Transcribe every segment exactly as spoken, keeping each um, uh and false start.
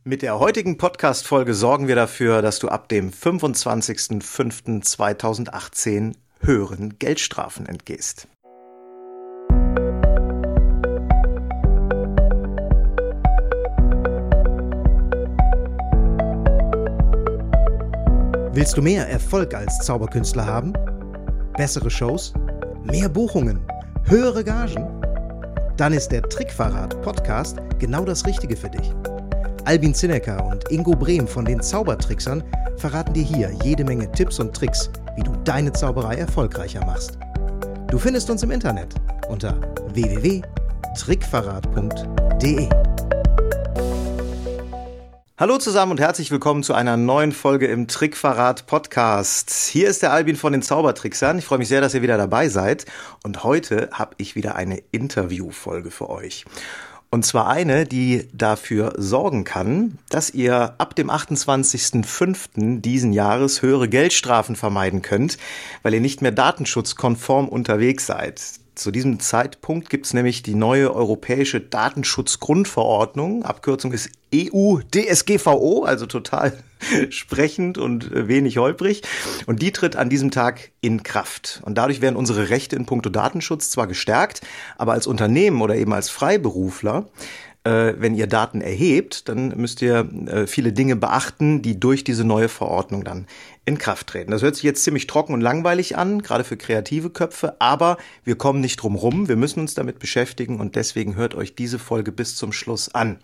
Mit der heutigen Podcast-Folge sorgen wir dafür, dass du ab dem fünfundzwanzigsten fünften zweitausendachtzehn höheren Geldstrafen entgehst. Willst du mehr Erfolg als Zauberkünstler haben? Bessere Shows? Mehr Buchungen? Höhere Gagen? Dann ist der Trickverrat-Podcast genau das Richtige für dich. Albin Zinecker und Ingo Brehm von den Zaubertricksern verraten dir hier jede Menge Tipps und Tricks, wie du deine Zauberei erfolgreicher machst. Du findest uns im Internet unter w w w punkt trickverrat punkt d e. Hallo zusammen und herzlich willkommen zu einer neuen Folge im Trickverrat-Podcast. Hier ist der Albin von den Zaubertricksern. Ich freue mich sehr, dass ihr wieder dabei seid. Und heute habe ich wieder eine Interviewfolge für euch. Und zwar eine, die dafür sorgen kann, dass ihr ab dem achtundzwanzigsten fünften diesen Jahres höhere Geldstrafen vermeiden könnt, weil ihr nicht mehr datenschutzkonform unterwegs seid. Zu diesem Zeitpunkt gibt es nämlich die neue europäische Datenschutzgrundverordnung. Abkürzung ist E U D S G V O, also total sprechend und wenig holprig. Und die tritt an diesem Tag in Kraft. Und dadurch werden unsere Rechte in puncto Datenschutz zwar gestärkt, aber als Unternehmen oder eben als Freiberufler, äh, wenn ihr Daten erhebt, dann müsst ihr äh, viele Dinge beachten, die durch diese neue Verordnung dann in Kraft treten. Das hört sich jetzt ziemlich trocken und langweilig an, gerade für kreative Köpfe, aber wir kommen nicht drum rum, wir müssen uns damit beschäftigen und deswegen hört euch diese Folge bis zum Schluss an.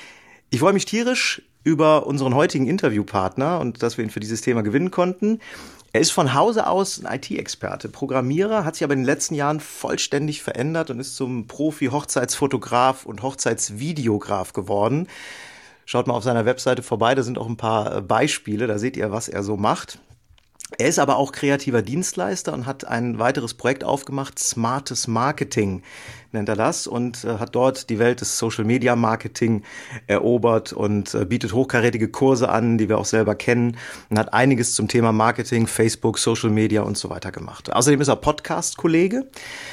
Ich freue mich tierisch über unseren heutigen Interviewpartner und dass wir ihn für dieses Thema gewinnen konnten. Er ist von Hause aus ein I T-Experte, Programmierer, hat sich aber in den letzten Jahren vollständig verändert und ist zum Profi-Hochzeitsfotograf und Hochzeitsvideograf geworden. Schaut mal auf seiner Webseite vorbei, da sind auch ein paar Beispiele, da seht ihr, was er so macht. Er ist aber auch kreativer Dienstleister und hat ein weiteres Projekt aufgemacht, Smartes Marketing nennt er das, und äh, hat dort die Welt des Social Media Marketing erobert und äh, bietet hochkarätige Kurse an, die wir auch selber kennen, und hat einiges zum Thema Marketing, Facebook, Social Media und so weiter gemacht. Außerdem ist er Podcast-Kollege.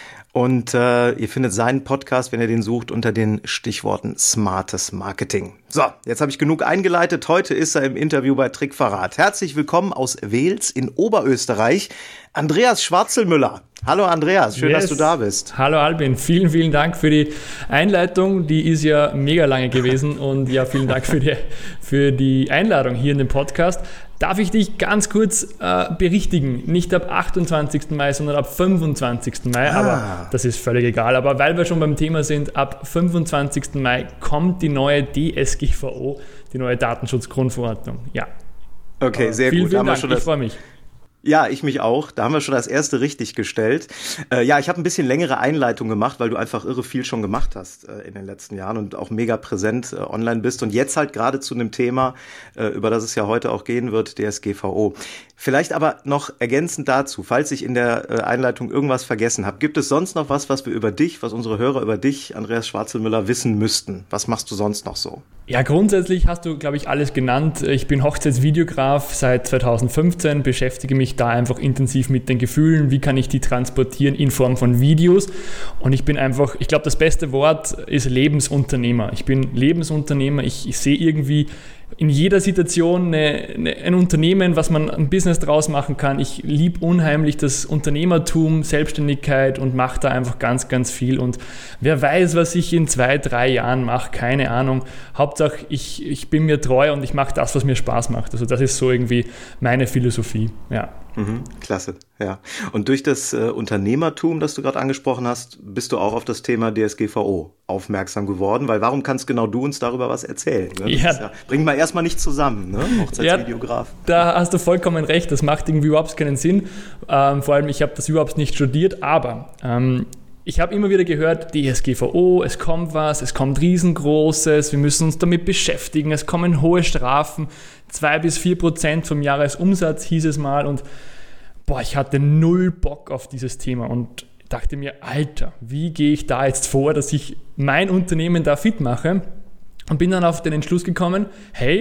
Und äh, ihr findet seinen Podcast, wenn ihr den sucht, unter den Stichworten Smartes Marketing. So, jetzt habe ich genug eingeleitet. Heute ist er im Interview bei Trickverrat. Herzlich willkommen aus Wels in Oberösterreich, Andreas Schwarzelmüller. Hallo Andreas, schön, yes, dass du da bist. Hallo Albin, vielen, vielen Dank für die Einleitung. Die ist ja mega lange gewesen und ja, vielen Dank für die, für die Einladung hier in den Podcast. Darf ich dich ganz kurz äh, berichtigen? Nicht ab achtundzwanzigsten Mai, sondern ab fünfundzwanzigsten Mai. Ah. Aber das ist völlig egal. Aber weil wir schon beim Thema sind, ab fünfundzwanzigsten Mai kommt die neue D S G V O, die neue Datenschutzgrundverordnung. Ja. Okay, sehr vielen, gut. Vielen Dank, schon das ich freue mich. Ja, ich mich auch. Da haben wir schon das erste richtig gestellt. Äh, ja, ich habe ein bisschen längere Einleitung gemacht, weil du einfach irre viel schon gemacht hast äh, in den letzten Jahren und auch mega präsent äh, online bist. Und jetzt halt gerade zu einem Thema, äh, über das es ja heute auch gehen wird, D S G V O. Vielleicht aber noch ergänzend dazu, falls ich in der äh, Einleitung irgendwas vergessen habe, gibt es sonst noch was, was wir über dich, was unsere Hörer über dich, Andreas Schwarzelmüller, wissen müssten? Was machst du sonst noch so? Ja, grundsätzlich hast du, glaube ich, alles genannt. Ich bin Hochzeitsvideograf seit zweitausendfünfzehn, beschäftige mich da einfach intensiv mit den Gefühlen. Wie kann ich die transportieren in Form von Videos? Und ich bin einfach, ich glaube, das beste Wort ist Lebensunternehmer. Ich bin Lebensunternehmer. Ich, ich sehe irgendwie in jeder Situation eine, eine, ein Unternehmen, was man ein Business draus machen kann. Ich liebe unheimlich das Unternehmertum, Selbstständigkeit und mache da einfach ganz, ganz viel. Und wer weiß, was ich in zwei, drei Jahren mache, keine Ahnung. Hauptsache, ich, ich bin mir treu und ich mache das, was mir Spaß macht. Also das ist so irgendwie meine Philosophie, ja. Mhm, klasse, ja. Und durch das äh, Unternehmertum, das du gerade angesprochen hast, bist du auch auf das Thema D S G V O aufmerksam geworden, weil warum kannst genau du uns darüber was erzählen? Ne? Ja. Ja, bringt mal erstmal nicht zusammen, ne? Hochzeitsvideograf. Ja, da hast du vollkommen recht, das macht irgendwie überhaupt keinen Sinn. Ähm, vor allem, ich habe das überhaupt nicht studiert, aber ähm, ich habe immer wieder gehört, D S G V O, es kommt was, es kommt riesengroßes, wir müssen uns damit beschäftigen, es kommen hohe Strafen, zwei bis vier Prozent vom Jahresumsatz hieß es mal, und boah, ich hatte null Bock auf dieses Thema und dachte mir, Alter, wie gehe ich da jetzt vor, dass ich mein Unternehmen da fit mache, und bin dann auf den Entschluss gekommen, hey,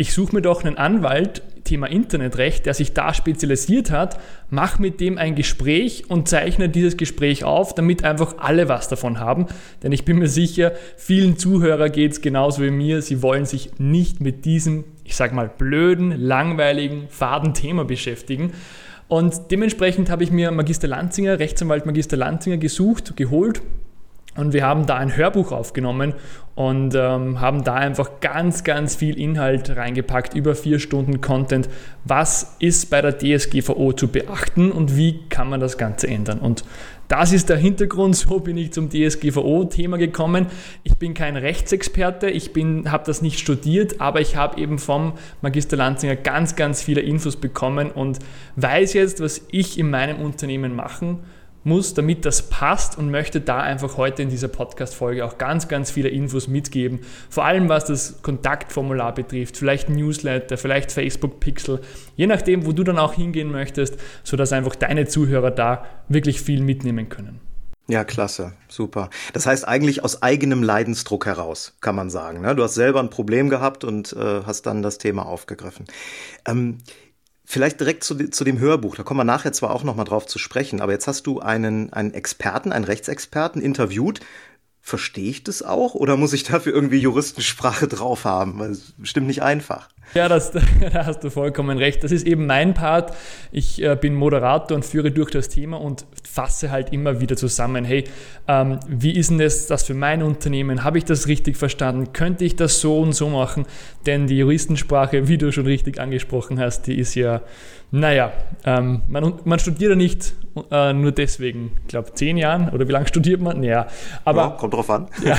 ich suche mir doch einen Anwalt, Thema Internetrecht, der sich da spezialisiert hat, mach mit dem ein Gespräch und zeichne dieses Gespräch auf, damit einfach alle was davon haben. Denn ich bin mir sicher, vielen Zuhörern geht es genauso wie mir, sie wollen sich nicht mit diesem, ich sag mal, blöden, langweiligen, faden Thema beschäftigen. Und dementsprechend habe ich mir Magister Lanzinger, Rechtsanwalt Magister Lanzinger gesucht, geholt. Und wir haben da ein Hörbuch aufgenommen und ähm, haben da einfach ganz, ganz viel Inhalt reingepackt, über vier Stunden Content. Was ist bei der D S G V O zu beachten und wie kann man das Ganze ändern? Und das ist der Hintergrund, so bin ich zum D S G V O-Thema gekommen. Ich bin kein Rechtsexperte, ich habe das nicht studiert, aber ich habe eben vom Magister Lanzinger ganz, ganz viele Infos bekommen und weiß jetzt, was ich in meinem Unternehmen machen muss, damit das passt und möchte da einfach heute in dieser Podcast-Folge auch ganz, ganz viele Infos mitgeben. Vor allem, was das Kontaktformular betrifft, vielleicht Newsletter, vielleicht Facebook-Pixel, je nachdem, wo du dann auch hingehen möchtest, sodass einfach deine Zuhörer da wirklich viel mitnehmen können. Ja, klasse, super. Das heißt eigentlich aus eigenem Leidensdruck heraus, kann man sagen. Ne? Du hast selber ein Problem gehabt und äh, hast dann das Thema aufgegriffen. Ähm, Vielleicht direkt zu, zu dem Hörbuch, da kommen wir nachher zwar auch nochmal drauf zu sprechen, aber jetzt hast du einen, einen Experten, einen Rechtsexperten interviewt. Verstehe ich das auch oder muss ich dafür irgendwie Juristensprache drauf haben? Weil es ist bestimmt nicht einfach. Ja, das, da hast du vollkommen recht. Das ist eben mein Part. Ich äh, bin Moderator und führe durch das Thema und fasse halt immer wieder zusammen, hey, ähm, wie ist denn das, das für mein Unternehmen? Habe ich das richtig verstanden? Könnte ich das so und so machen? Denn die Juristensprache, wie du schon richtig angesprochen hast, die ist ja, naja, ähm, man, man studiert ja nicht äh, nur deswegen, ich glaube, zehn Jahren oder wie lange studiert man? Naja, aber... Ja, kommt drauf an. Ja.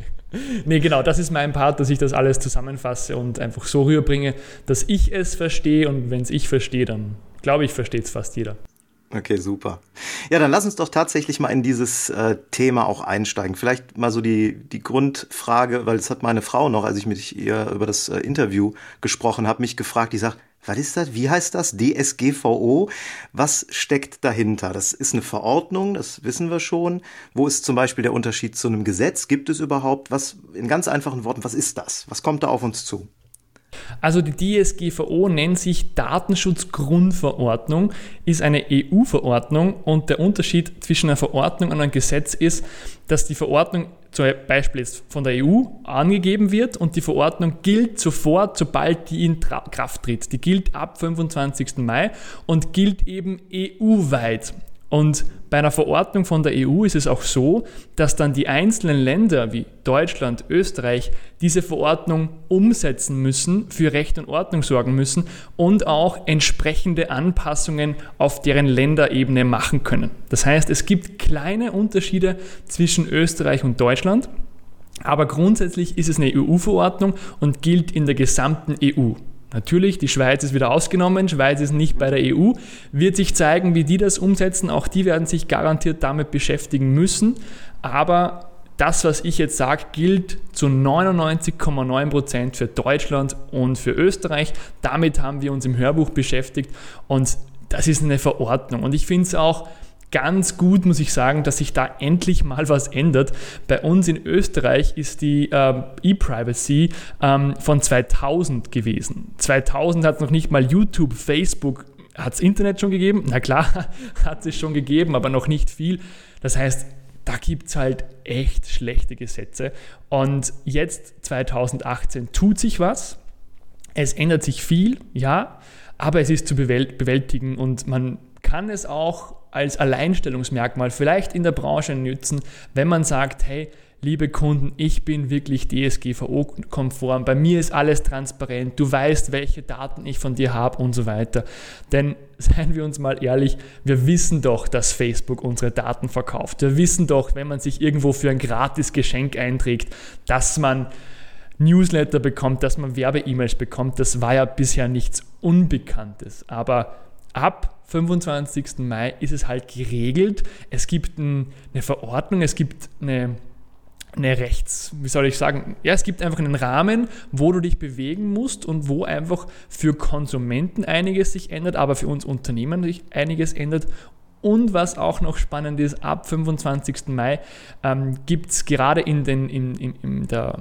Nee, genau, das ist mein Part, dass ich das alles zusammenfasse und einfach so rüberbringe, dass ich es verstehe und wenn es ich verstehe, dann glaube ich, versteht es fast jeder. Okay, super. Ja, dann lass uns doch tatsächlich mal in dieses äh, Thema auch einsteigen. Vielleicht mal so die, die Grundfrage, weil das hat meine Frau noch, als ich mit ihr über das äh, Interview gesprochen habe, mich gefragt, die sagt, was ist das? Wie heißt das? D S G V O? Was steckt dahinter? Das ist eine Verordnung, das wissen wir schon. Wo ist zum Beispiel der Unterschied zu einem Gesetz? Gibt es überhaupt? Was, in ganz einfachen Worten, was ist das? Was kommt da auf uns zu? Also die D S G V O nennt sich Datenschutzgrundverordnung, ist eine E U-Verordnung und der Unterschied zwischen einer Verordnung und einem Gesetz ist, dass die Verordnung zum Beispiel jetzt von der E U angegeben wird und die Verordnung gilt sofort, sobald die in Kraft tritt. Die gilt ab fünfundzwanzigsten Mai und gilt eben E U-weit. Und bei einer Verordnung von der E U ist es auch so, dass dann die einzelnen Länder wie Deutschland, Österreich diese Verordnung umsetzen müssen, für Recht und Ordnung sorgen müssen und auch entsprechende Anpassungen auf deren Länderebene machen können. Das heißt, es gibt kleine Unterschiede zwischen Österreich und Deutschland, aber grundsätzlich ist es eine E U-Verordnung und gilt in der gesamten E U. Natürlich, die Schweiz ist wieder ausgenommen, Schweiz ist nicht bei der E U, wird sich zeigen, wie die das umsetzen, auch die werden sich garantiert damit beschäftigen müssen, aber das, was ich jetzt sage, gilt zu neunundneunzig Komma neun Prozent für Deutschland und für Österreich. Damit haben wir uns im Hörbuch beschäftigt und das ist eine Verordnung und ich finde es auch ganz gut, muss ich sagen, dass sich da endlich mal was ändert. Bei uns in Österreich ist die ähm, E-Privacy ähm, von zweitausend gewesen. zweitausend hat es noch nicht mal YouTube, Facebook, hat es Internet schon gegeben? Na klar, hat es schon gegeben, aber noch nicht viel. Das heißt, da gibt es halt echt schlechte Gesetze. Und jetzt, zweitausendachtzehn, tut sich was. Es ändert sich viel, ja, aber es ist zu bewältigen und man kann es auch als Alleinstellungsmerkmal vielleicht in der Branche nützen, wenn man sagt, hey, liebe Kunden, ich bin wirklich D S G V O-konform, bei mir ist alles transparent, du weißt, welche Daten ich von dir habe und so weiter. Denn seien wir uns mal ehrlich, wir wissen doch, dass Facebook unsere Daten verkauft. Wir wissen doch, wenn man sich irgendwo für ein gratis Geschenk einträgt, dass man Newsletter bekommt, dass man Werbe-E-Mails bekommt. Das war ja bisher nichts Unbekanntes. Aber ab fünfundzwanzigsten Mai ist es halt geregelt. Es gibt ein, eine Verordnung, es gibt eine, eine Rechts, wie soll ich sagen, ja, es gibt einfach einen Rahmen, wo du dich bewegen musst und wo einfach für Konsumenten einiges sich ändert, aber für uns Unternehmen sich einiges ändert. Und was auch noch spannend ist, ab fünfundzwanzigsten Mai ähm, gibt es gerade in, den, in, in, in der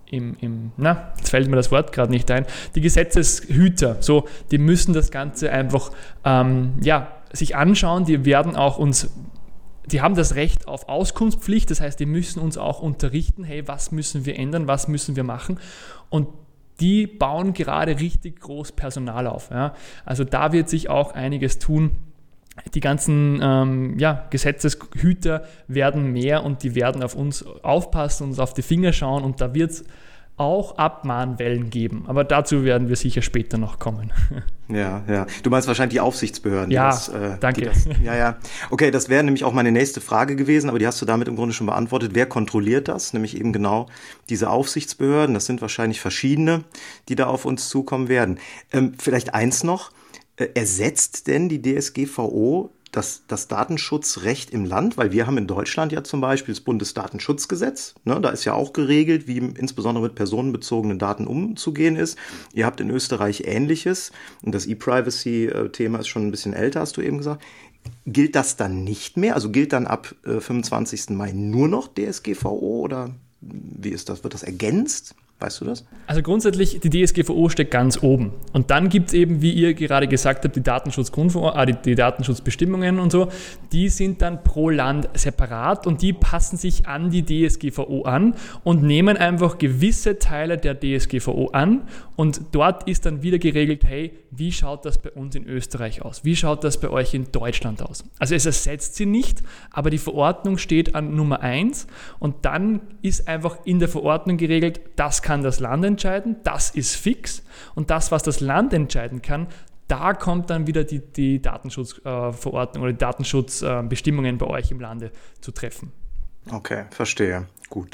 im, im, na, jetzt fällt mir das Wort gerade nicht ein, die Gesetzeshüter, so, die müssen das Ganze einfach ähm, ja, sich anschauen, die werden auch uns, die haben das Recht auf Auskunftspflicht, das heißt, die müssen uns auch unterrichten, hey, was müssen wir ändern, was müssen wir machen, und die bauen gerade richtig groß Personal auf. Ja. Also da wird sich auch einiges tun. Die ganzen ähm, ja, Gesetzeshüter werden mehr und die werden auf uns aufpassen und uns auf die Finger schauen, und da wird es auch Abmahnwellen geben. Aber dazu werden wir sicher später noch kommen. Ja, ja. Du meinst wahrscheinlich die Aufsichtsbehörden. Ja, die das, äh, danke. Die das, ja, ja. Okay, das wäre nämlich auch meine nächste Frage gewesen, aber die hast du damit im Grunde schon beantwortet. Wer kontrolliert das? Nämlich eben genau diese Aufsichtsbehörden. Das sind wahrscheinlich verschiedene, die da auf uns zukommen werden. Ähm, vielleicht eins noch. Äh, ersetzt denn die D S G V O das, das Datenschutzrecht im Land? Weil wir haben in Deutschland ja zum Beispiel das Bundesdatenschutzgesetz. Ne, da ist ja auch geregelt, wie insbesondere mit personenbezogenen Daten umzugehen ist. Ihr habt in Österreich Ähnliches. Und das E-Privacy-Thema ist schon ein bisschen älter, hast du eben gesagt. Gilt das dann nicht mehr? Also gilt dann ab äh, fünfundzwanzigsten Mai nur noch D S G V O? Oder wie ist das? Wird das ergänzt? Weißt du das? Also grundsätzlich, die D S G V O steckt ganz oben. Und dann gibt es eben, wie ihr gerade gesagt habt, die, Datenschutzgrundver- äh, die, die Datenschutzbestimmungen und so. Die sind dann pro Land separat und die passen sich an die D S G V O an und nehmen einfach gewisse Teile der D S G V O an. Und dort ist dann wieder geregelt, hey, wie schaut das bei uns in Österreich aus? Wie schaut das bei euch in Deutschland aus? Also es ersetzt sie nicht, aber die Verordnung steht an Nummer eins und dann ist einfach in der Verordnung geregelt, das kann das Land entscheiden, das ist fix, und das, was das Land entscheiden kann, da kommt dann wieder die, die Datenschutzverordnung äh, oder die Datenschutzbestimmungen äh, bei euch im Lande zu treffen. Okay, verstehe. Gut.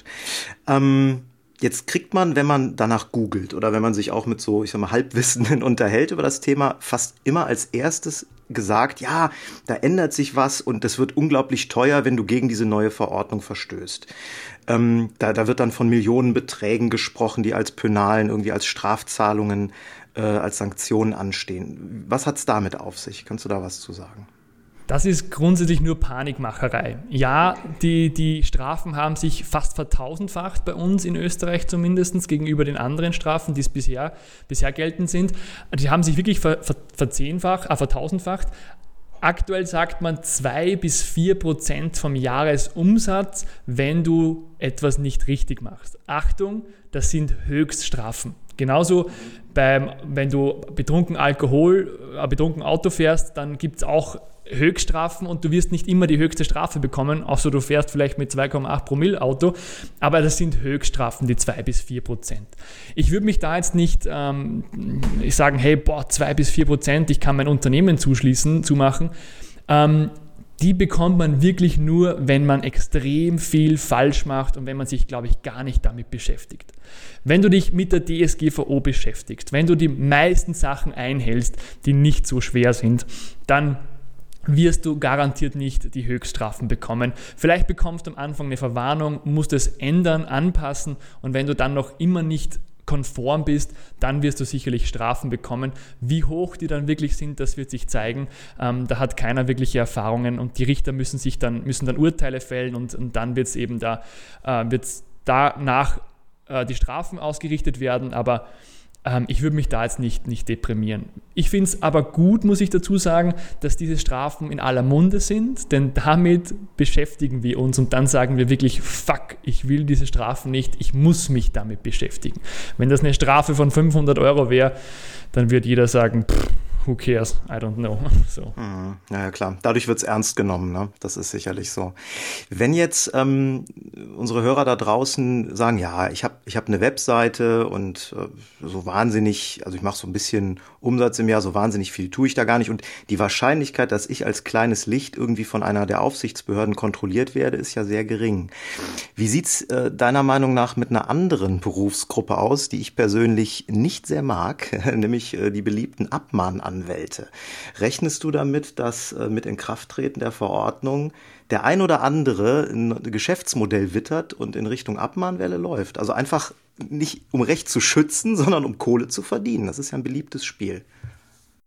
Ähm Jetzt kriegt man, wenn man danach googelt oder wenn man sich auch mit so, ich sag mal, Halbwissenden unterhält über das Thema, fast immer als erstes gesagt, ja, da ändert sich was und das wird unglaublich teuer, wenn du gegen diese neue Verordnung verstößt. Ähm, da, da wird dann von Millionenbeträgen gesprochen, die als Pönalen, irgendwie als Strafzahlungen, äh, als Sanktionen anstehen. Was hat's damit auf sich? Kannst du da was zu sagen? Das ist grundsätzlich nur Panikmacherei. Ja, die, die Strafen haben sich fast vertausendfacht bei uns in Österreich zumindest gegenüber den anderen Strafen, die es bisher, bisher geltend sind. Die haben sich wirklich ver, ver, verzehnfacht, äh, vertausendfacht. Aktuell sagt man zwei bis vier Prozent vom Jahresumsatz, wenn du etwas nicht richtig machst. Achtung, das sind Höchststrafen. Genauso beim, wenn du betrunken Alkohol, äh, betrunken Auto fährst, dann gibt es auch Höchststrafen und du wirst nicht immer die höchste Strafe bekommen, außer du fährst vielleicht mit zwei Komma acht Promille Auto, aber das sind Höchststrafen, die zwei bis vier Prozent. Ich würde mich da jetzt nicht ähm, ich sagen, hey, boah, zwei bis vier Prozent, ich kann mein Unternehmen zuschließen, zumachen. Ähm, die bekommt man wirklich nur, wenn man extrem viel falsch macht und wenn man sich, glaube ich, gar nicht damit beschäftigt. Wenn du dich mit der D S G V O beschäftigst, wenn du die meisten Sachen einhältst, die nicht so schwer sind, dann wirst du garantiert nicht die Höchststrafen bekommen. Vielleicht bekommst du am Anfang eine Verwarnung, musst es ändern, anpassen, und wenn du dann noch immer nicht konform bist, dann wirst du sicherlich Strafen bekommen. Wie hoch die dann wirklich sind, das wird sich zeigen. Ähm, da hat keiner wirkliche Erfahrungen und die Richter müssen sich dann, müssen dann Urteile fällen und, und dann wird es eben da, äh, wird's danach äh, die Strafen ausgerichtet werden, aber ich würde mich da jetzt nicht, nicht deprimieren. Ich finde es aber gut, muss ich dazu sagen, dass diese Strafen in aller Munde sind, denn damit beschäftigen wir uns und dann sagen wir wirklich, fuck, ich will diese Strafen nicht, ich muss mich damit beschäftigen. Wenn das eine Strafe von fünfhundert Euro wäre, dann würde jeder sagen, pff, who cares, I don't know. So. Mhm. Ja, klar. Dadurch wird es ernst genommen, ne? Das ist sicherlich so. Wenn jetzt ähm, unsere Hörer da draußen sagen, ja, ich habe ich hab eine Webseite und äh, so wahnsinnig, also ich mache so ein bisschen Umsatz im Jahr, so wahnsinnig viel tue ich da gar nicht, und die Wahrscheinlichkeit, dass ich als kleines Licht irgendwie von einer der Aufsichtsbehörden kontrolliert werde, ist ja sehr gering. Wie sieht's äh, deiner Meinung nach mit einer anderen Berufsgruppe aus, die ich persönlich nicht sehr mag, nämlich äh, die beliebten Abmahnanwälte? Anwälte. Rechnest du damit, dass äh, mit Inkrafttreten der Verordnung der ein oder andere ein Geschäftsmodell wittert und in Richtung Abmahnwelle läuft? Also einfach nicht um Recht zu schützen, sondern um Kohle zu verdienen. Das ist ja ein beliebtes Spiel.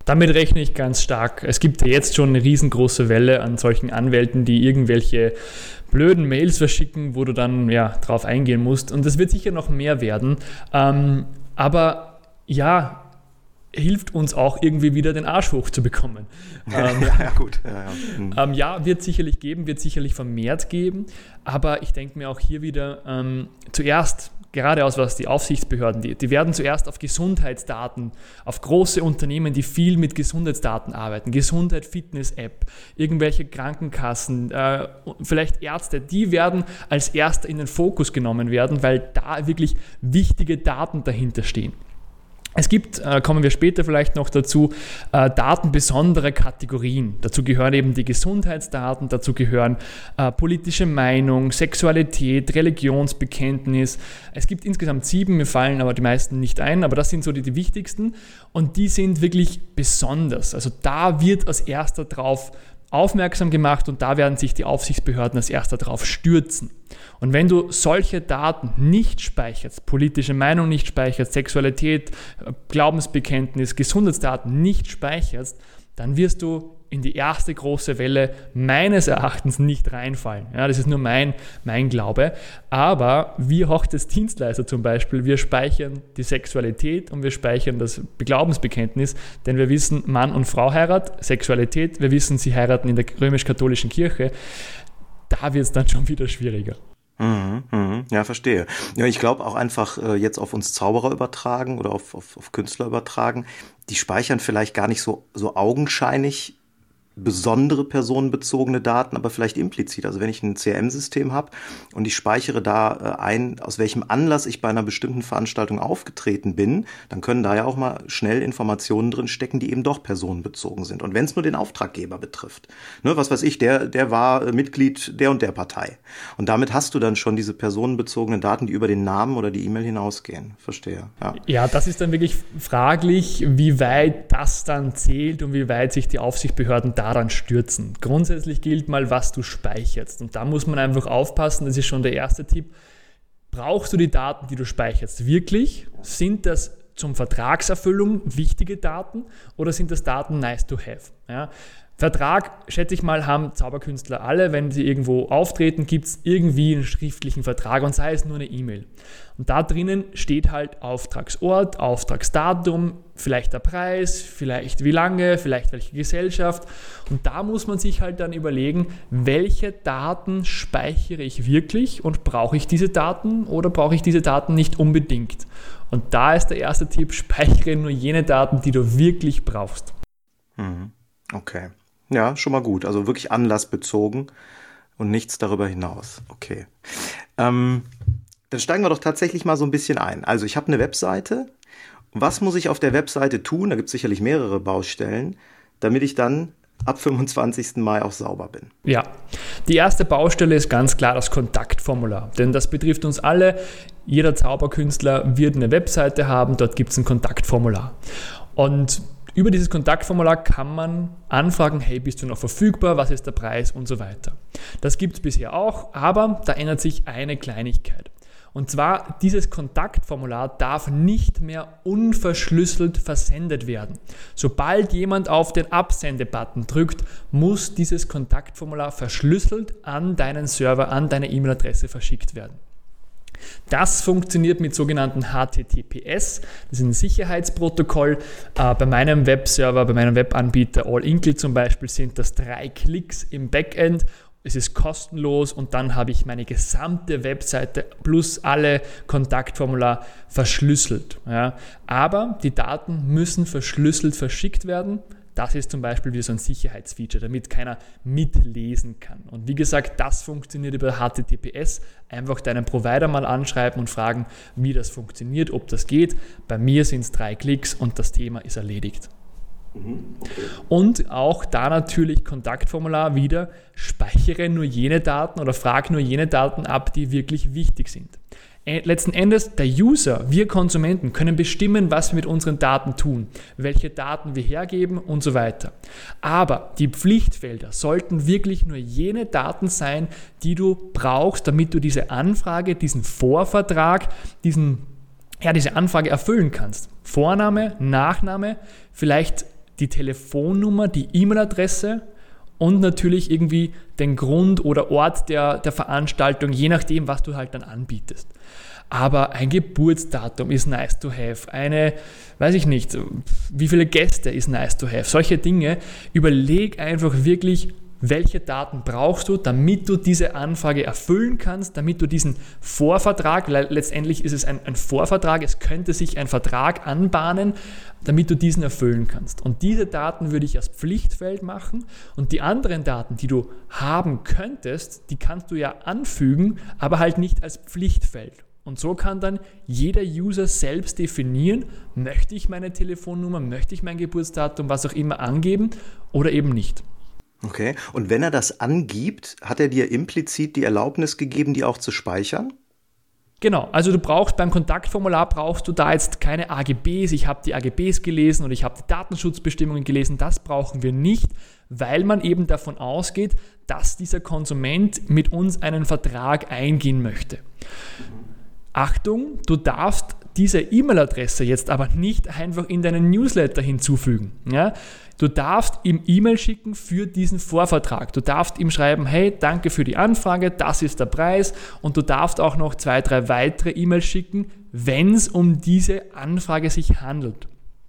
Damit rechne ich ganz stark. Es gibt ja jetzt schon eine riesengroße Welle an solchen Anwälten, die irgendwelche blöden Mails verschicken, wo du dann ja drauf eingehen musst. Und das wird sicher noch mehr werden. Ähm, aber ja, hilft uns auch irgendwie wieder den Arsch hochzubekommen. Ja, ähm, ja, ja gut. Ja, ja. Hm. Ähm, ja, wird sicherlich geben, wird sicherlich vermehrt geben, aber ich denke mir auch hier wieder, ähm, zuerst, gerade aus was die Aufsichtsbehörden, die, die werden zuerst auf Gesundheitsdaten, auf große Unternehmen, die viel mit Gesundheitsdaten arbeiten, Gesundheit, Fitness-App, irgendwelche Krankenkassen, äh, vielleicht Ärzte, die werden als erster in den Fokus genommen werden, weil da wirklich wichtige Daten dahinter stehen. Es gibt, äh, kommen wir später vielleicht noch dazu, äh, Daten besonderer Kategorien. Dazu gehören eben die Gesundheitsdaten, dazu gehören äh, politische Meinung, Sexualität, Religionsbekenntnis. Es gibt insgesamt sieben, mir fallen aber die meisten nicht ein, aber das sind so die, die wichtigsten und die sind wirklich besonders. Also da wird als erster drauf aufmerksam gemacht und da werden sich die Aufsichtsbehörden als erster drauf stürzen. Und wenn du solche Daten nicht speicherst, politische Meinung nicht speicherst, Sexualität, Glaubensbekenntnis, Gesundheitsdaten nicht speicherst, dann wirst du in die erste große Welle meines Erachtens nicht reinfallen. Ja, das ist nur mein, mein Glaube. Aber wir Hochzeitsdienstleister zum Beispiel, wir speichern die Sexualität und wir speichern das Glaubensbekenntnis, denn wir wissen, Mann und Frau heiraten, Sexualität, wir wissen, sie heiraten in der römisch-katholischen Kirche. Da wird es dann schon wieder schwieriger. Mhm, mhm, ja, verstehe. Ja, ich glaube auch einfach äh, jetzt auf uns Zauberer übertragen oder auf, auf, auf Künstler übertragen, die speichern vielleicht gar nicht so, so augenscheinlich besondere personenbezogene Daten, aber vielleicht implizit. Also wenn ich ein C R M-System habe und ich speichere da äh, ein, aus welchem Anlass ich bei einer bestimmten Veranstaltung aufgetreten bin, dann können da ja auch mal schnell Informationen drin stecken, die eben doch personenbezogen sind. Und wenn es nur den Auftraggeber betrifft, ne, was weiß ich, der, der war äh, Mitglied der und der Partei. Und damit hast du dann schon diese personenbezogenen Daten, die über den Namen oder die E-Mail hinausgehen. Verstehe. Ja. Ja, das ist dann wirklich fraglich, wie weit das dann zählt und wie weit sich die Aufsichtsbehörden da daran stürzen. Grundsätzlich gilt mal, was du speicherst. Und da muss man einfach aufpassen, das ist schon der erste Tipp. Brauchst du die Daten, die du speicherst, wirklich? Sind das zum Vertragserfüllung wichtige Daten oder sind das Daten nice to have? Ja? Vertrag, schätze ich mal, haben Zauberkünstler alle. Wenn sie irgendwo auftreten, gibt es irgendwie einen schriftlichen Vertrag und sei es nur eine E-Mail. Und da drinnen steht halt Auftragsort, Auftragsdatum, vielleicht der Preis, vielleicht wie lange, vielleicht welche Gesellschaft. Und da muss man sich halt dann überlegen, welche Daten speichere ich wirklich und brauche ich diese Daten oder brauche ich diese Daten nicht unbedingt. Und da ist der erste Tipp, speichere nur jene Daten, die du wirklich brauchst. Okay. Ja, schon mal gut. Also wirklich anlassbezogen und nichts darüber hinaus. Okay. Ähm, dann steigen wir doch tatsächlich mal so ein bisschen ein. Also ich habe eine Webseite. Was muss ich auf der Webseite tun? Da gibt es sicherlich mehrere Baustellen, damit ich dann ab fünfundzwanzigsten Mai auch sauber bin. Ja, die erste Baustelle ist ganz klar das Kontaktformular. Denn das betrifft uns alle. Jeder Zauberkünstler wird eine Webseite haben. Dort gibt es ein Kontaktformular. Und über dieses Kontaktformular kann man anfragen, hey, bist du noch verfügbar, was ist der Preis und so weiter. Das gibt es bisher auch, aber da ändert sich eine Kleinigkeit. Und zwar, dieses Kontaktformular darf nicht mehr unverschlüsselt versendet werden. Sobald jemand auf den Absende-Button drückt, muss dieses Kontaktformular verschlüsselt an deinen Server, an deine E-Mail-Adresse verschickt werden. Das funktioniert mit sogenannten H T T P S, das ist ein Sicherheitsprotokoll. Äh, bei meinem Webserver, bei meinem Webanbieter All-Inkle zum Beispiel sind das drei Klicks im Backend. Es ist kostenlos und dann habe ich meine gesamte Webseite plus alle Kontaktformular verschlüsselt. Ja. Aber die Daten müssen verschlüsselt verschickt werden. Das ist zum Beispiel wie so ein Sicherheitsfeature, damit keiner mitlesen kann. Und wie gesagt, das funktioniert über H T T P S. Einfach deinen Provider mal anschreiben und fragen, wie das funktioniert, ob das geht. Bei mir sind es drei Klicks und das Thema ist erledigt. Mhm, okay. Und auch da natürlich Kontaktformular wieder, speichere nur jene Daten oder frage nur jene Daten ab, die wirklich wichtig sind. Letzten Endes, der User, wir Konsumenten, können bestimmen, was wir mit unseren Daten tun, welche Daten wir hergeben und so weiter. Aber die Pflichtfelder sollten wirklich nur jene Daten sein, die du brauchst, damit du diese Anfrage, diesen Vorvertrag, diesen, ja, diese Anfrage erfüllen kannst. Vorname, Nachname, vielleicht die Telefonnummer, die E-Mail-Adresse und natürlich irgendwie den Grund oder Ort der, der Veranstaltung, je nachdem, was du halt dann anbietest. Aber ein Geburtsdatum ist nice to have, eine, weiß ich nicht, wie viele Gäste ist nice to have, solche Dinge. Überleg einfach wirklich, welche Daten brauchst du, damit du diese Anfrage erfüllen kannst, damit du diesen Vorvertrag, letztendlich ist es ein, ein Vorvertrag, es könnte sich ein Vertrag anbahnen, damit du diesen erfüllen kannst. Und diese Daten würde ich als Pflichtfeld machen und die anderen Daten, die du haben könntest, die kannst du ja anfügen, aber halt nicht als Pflichtfeld. Und so kann dann jeder User selbst definieren, möchte ich meine Telefonnummer, möchte ich mein Geburtsdatum, was auch immer angeben oder eben nicht. Okay, und wenn er das angibt, hat er dir implizit die Erlaubnis gegeben, die auch zu speichern? Genau, also du brauchst beim Kontaktformular, brauchst du da jetzt keine A G Bs, ich habe die A G Bs gelesen und ich habe die Datenschutzbestimmungen gelesen, das brauchen wir nicht, weil man eben davon ausgeht, dass dieser Konsument mit uns einen Vertrag eingehen möchte. Achtung, du darfst diese E-Mail-Adresse jetzt aber nicht einfach in deinen Newsletter hinzufügen. Ja? Du darfst ihm E-Mail schicken für diesen Vorvertrag. Du darfst ihm schreiben, hey, danke für die Anfrage, das ist der Preis, und du darfst auch noch zwei, drei weitere E-Mails schicken, wenn es um diese Anfrage sich handelt.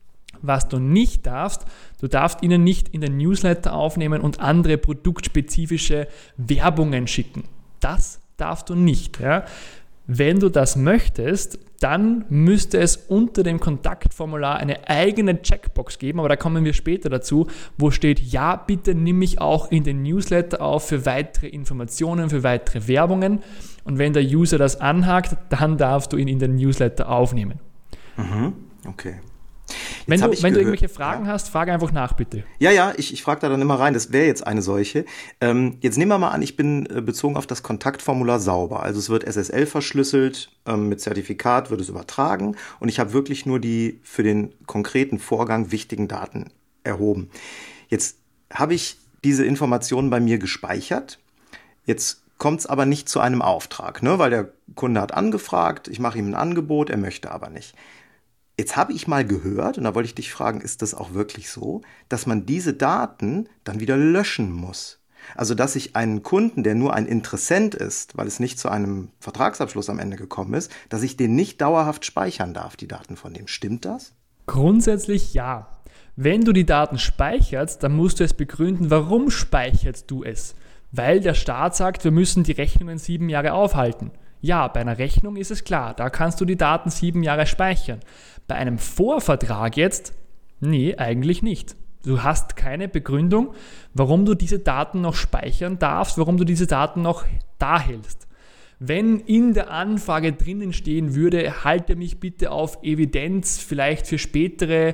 Was du nicht darfst, du darfst ihnen nicht in den Newsletter aufnehmen und andere produktspezifische Werbungen schicken. Das darfst du nicht. Ja? Wenn du das möchtest, dann müsste es unter dem Kontaktformular eine eigene Checkbox geben, aber da kommen wir später dazu, wo steht, ja, bitte nimm mich auch in den Newsletter auf für weitere Informationen, für weitere Werbungen. Und wenn der User das anhakt, dann darfst du ihn in den Newsletter aufnehmen. Mhm, okay. Wenn, du, wenn du irgendwelche Fragen ja. hast, frage einfach nach, bitte. Ja, ja, ich, ich frage da dann immer rein. Das wäre jetzt eine solche. Ähm, jetzt nehmen wir mal an, ich bin äh, bezogen auf das Kontaktformular sauber. Also es wird S S L verschlüsselt, ähm, mit Zertifikat wird es übertragen und ich habe wirklich nur die für den konkreten Vorgang wichtigen Daten erhoben. Jetzt habe ich diese Informationen bei mir gespeichert. Jetzt kommt es aber nicht zu einem Auftrag, ne? Weil der Kunde hat angefragt, ich mache ihm ein Angebot, er möchte aber nicht. Jetzt habe ich mal gehört, und da wollte ich dich fragen, ist das auch wirklich so, dass man diese Daten dann wieder löschen muss? Also, dass ich einen Kunden, der nur ein Interessent ist, weil es nicht zu einem Vertragsabschluss am Ende gekommen ist, dass ich den nicht dauerhaft speichern darf, die Daten von dem. Stimmt das? Grundsätzlich ja. Wenn du die Daten speicherst, dann musst du es begründen, warum speicherst du es? Weil der Staat sagt, wir müssen die Rechnungen sieben Jahre aufhalten. Ja, bei einer Rechnung ist es klar, da kannst du die Daten sieben Jahre speichern. Bei einem Vorvertrag jetzt, nee, eigentlich nicht. Du hast keine Begründung, warum du diese Daten noch speichern darfst, warum du diese Daten noch da hältst. Wenn in der Anfrage drinnen stehen würde, halte mich bitte auf Evidenz, vielleicht für spätere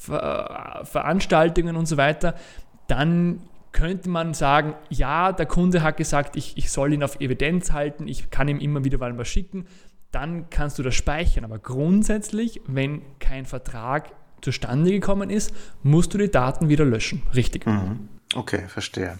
Ver- Veranstaltungen und so weiter, dann könnte man sagen, ja, der Kunde hat gesagt, ich, ich soll ihn auf Evidenz halten, ich kann ihm immer wieder mal was schicken, dann kannst du das speichern. Aber grundsätzlich, wenn kein Vertrag zustande gekommen ist, musst du die Daten wieder löschen. Richtig. Mhm. Okay, verstehe.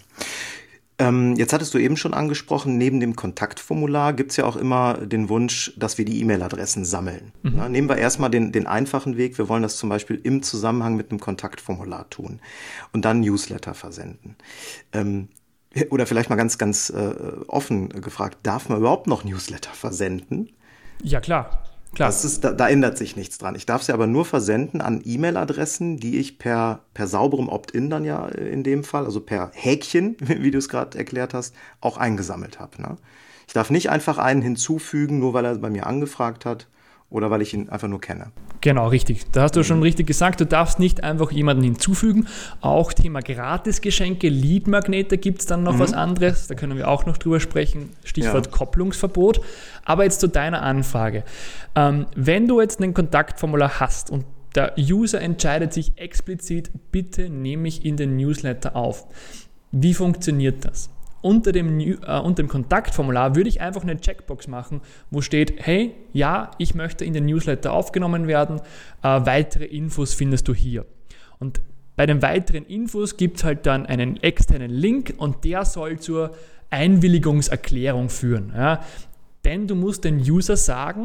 Ähm, jetzt hattest du eben schon angesprochen, neben dem Kontaktformular gibt es ja auch immer den Wunsch, dass wir die E-Mail-Adressen sammeln. Mhm. Na, nehmen wir erstmal den, den einfachen Weg. Wir wollen das zum Beispiel im Zusammenhang mit einem Kontaktformular tun und dann Newsletter versenden. Ähm, oder vielleicht mal ganz, ganz äh, offen gefragt, darf man überhaupt noch Newsletter versenden? Ja, klar. Klar. Das ist, da, da ändert sich nichts dran. Ich darf sie aber nur versenden an E-Mail-Adressen, die ich per, per sauberem Opt-in dann ja in dem Fall, also per Häkchen, wie du es gerade erklärt hast, auch eingesammelt habe. Ne? Ich darf nicht einfach einen hinzufügen, nur weil er bei mir angefragt hat oder weil ich ihn einfach nur kenne. Genau, richtig. Da hast du schon richtig gesagt, du darfst nicht einfach jemanden hinzufügen. Auch Thema Gratisgeschenke, Leadmagnete gibt es dann noch mhm. was anderes. Da können wir auch noch drüber sprechen. Stichwort ja. Kopplungsverbot. Aber jetzt zu deiner Anfrage. Ähm, wenn du jetzt ein Kontaktformular hast und der User entscheidet sich explizit, bitte nehme mich in den Newsletter auf. Wie funktioniert das? Unter dem, äh, unter dem Kontaktformular würde ich einfach eine Checkbox machen, wo steht, hey, ja, ich möchte in den Newsletter aufgenommen werden, äh, weitere Infos findest du hier. Und bei den weiteren Infos gibt es halt dann einen externen Link und der soll zur Einwilligungserklärung führen. Ja? Denn du musst den User sagen,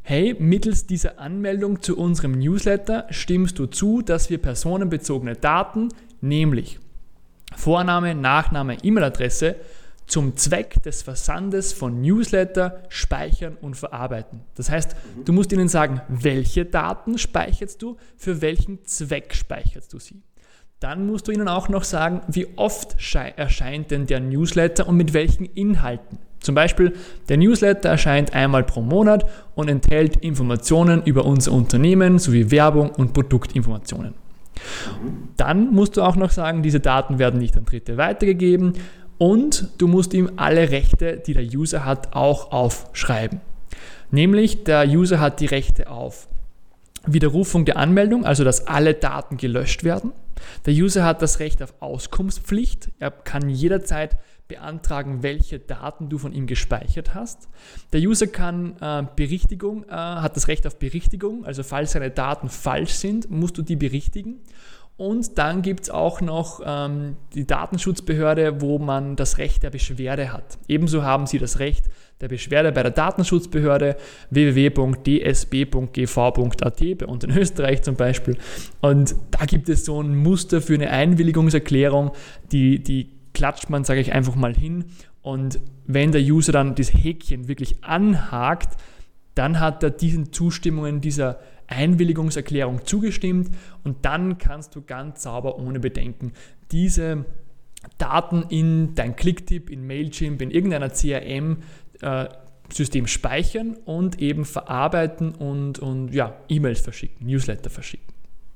hey, mittels dieser Anmeldung zu unserem Newsletter stimmst du zu, dass wir personenbezogene Daten, nämlich Vorname, Nachname, E-Mail-Adresse, zum Zweck des Versandes von Newsletter speichern und verarbeiten. Das heißt, du musst ihnen sagen, welche Daten speicherst du, für welchen Zweck speicherst du sie. Dann musst du ihnen auch noch sagen, wie oft erscheint denn der Newsletter und mit welchen Inhalten. Zum Beispiel, der Newsletter erscheint einmal pro Monat und enthält Informationen über unser Unternehmen sowie Werbung und Produktinformationen. Dann musst du auch noch sagen, diese Daten werden nicht an Dritte weitergegeben und du musst ihm alle Rechte, die der User hat, auch aufschreiben. Nämlich, der User hat die Rechte auf Widerrufung der Anmeldung, also dass alle Daten gelöscht werden. Der User hat das Recht auf Auskunftspflicht. Er kann jederzeit beantragen, welche Daten du von ihm gespeichert hast. Der User kann äh, Berichtigung, äh, hat das Recht auf Berichtigung, also falls seine Daten falsch sind, musst du die berichtigen. Und dann gibt es auch noch ähm, die Datenschutzbehörde, wo man das Recht der Beschwerde hat. Ebenso haben sie das Recht der Beschwerde bei der Datenschutzbehörde w w w punkt d s b punkt g v punkt a t, bei uns in Österreich zum Beispiel. Und da gibt es so ein Muster für eine Einwilligungserklärung, die, die klatscht man, sage ich einfach mal hin. Und wenn der User dann das Häkchen wirklich anhakt, dann hat er diesen Zustimmungen dieser Einwilligungserklärung zugestimmt und dann kannst du ganz sauber ohne Bedenken diese Daten in dein Clicktip, in Mailchimp, in irgendeiner C R M-System speichern und eben verarbeiten und, und ja, E-Mails verschicken, Newsletter verschicken.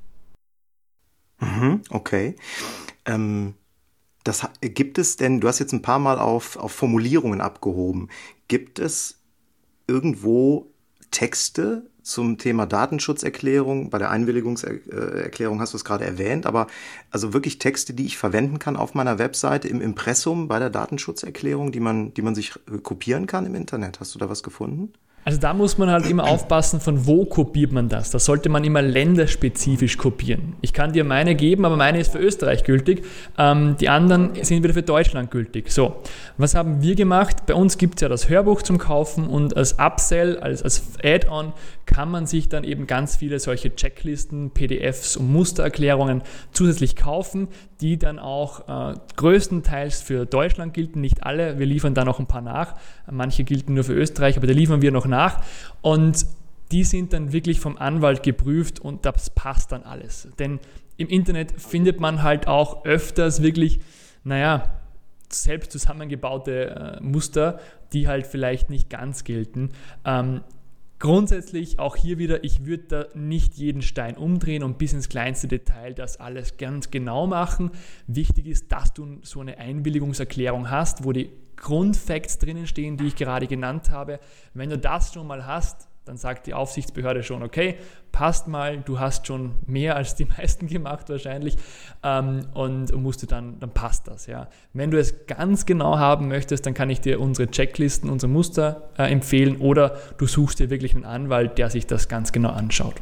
Mhm, okay. Ähm, das, gibt es denn, du hast jetzt ein paar Mal auf, auf Formulierungen abgehoben, gibt es irgendwo Texte zum Thema Datenschutzerklärung? Bei der Einwilligungserklärung hast du es gerade erwähnt, aber also wirklich Texte, die ich verwenden kann auf meiner Webseite im Impressum bei der Datenschutzerklärung, die man, die man sich kopieren kann im Internet. Hast du da was gefunden? Also da muss man halt immer aufpassen, von wo kopiert man das. Da sollte man immer länderspezifisch kopieren. Ich kann dir meine geben, aber meine ist für Österreich gültig. Ähm, die anderen sind wieder für Deutschland gültig. So, was haben wir gemacht? Bei uns gibt es ja das Hörbuch zum Kaufen und als Upsell, als, als Add-on kann man sich dann eben ganz viele solche Checklisten, P D Fs und Mustererklärungen zusätzlich kaufen, die dann auch äh, größtenteils für Deutschland gelten, nicht alle. Wir liefern da noch ein paar nach. Manche gelten nur für Österreich, aber da liefern wir noch nach. Und die sind dann wirklich vom Anwalt geprüft und das passt dann alles. Denn im Internet findet man halt auch öfters wirklich, naja, selbst zusammengebaute äh, Muster, die halt vielleicht nicht ganz gelten. Ähm, Grundsätzlich auch hier wieder, ich würde da nicht jeden Stein umdrehen und bis ins kleinste Detail das alles ganz genau machen. Wichtig ist, dass du so eine Einwilligungserklärung hast, wo die Grundfacts drinnen stehen, die ich gerade genannt habe. Wenn du das schon mal hast, dann sagt die Aufsichtsbehörde schon, okay, passt mal, du hast schon mehr als die meisten gemacht wahrscheinlich ähm, und musst du dann, dann passt das. Ja. Wenn du es ganz genau haben möchtest, dann kann ich dir unsere Checklisten, unsere Muster äh, empfehlen oder du suchst dir wirklich einen Anwalt, der sich das ganz genau anschaut.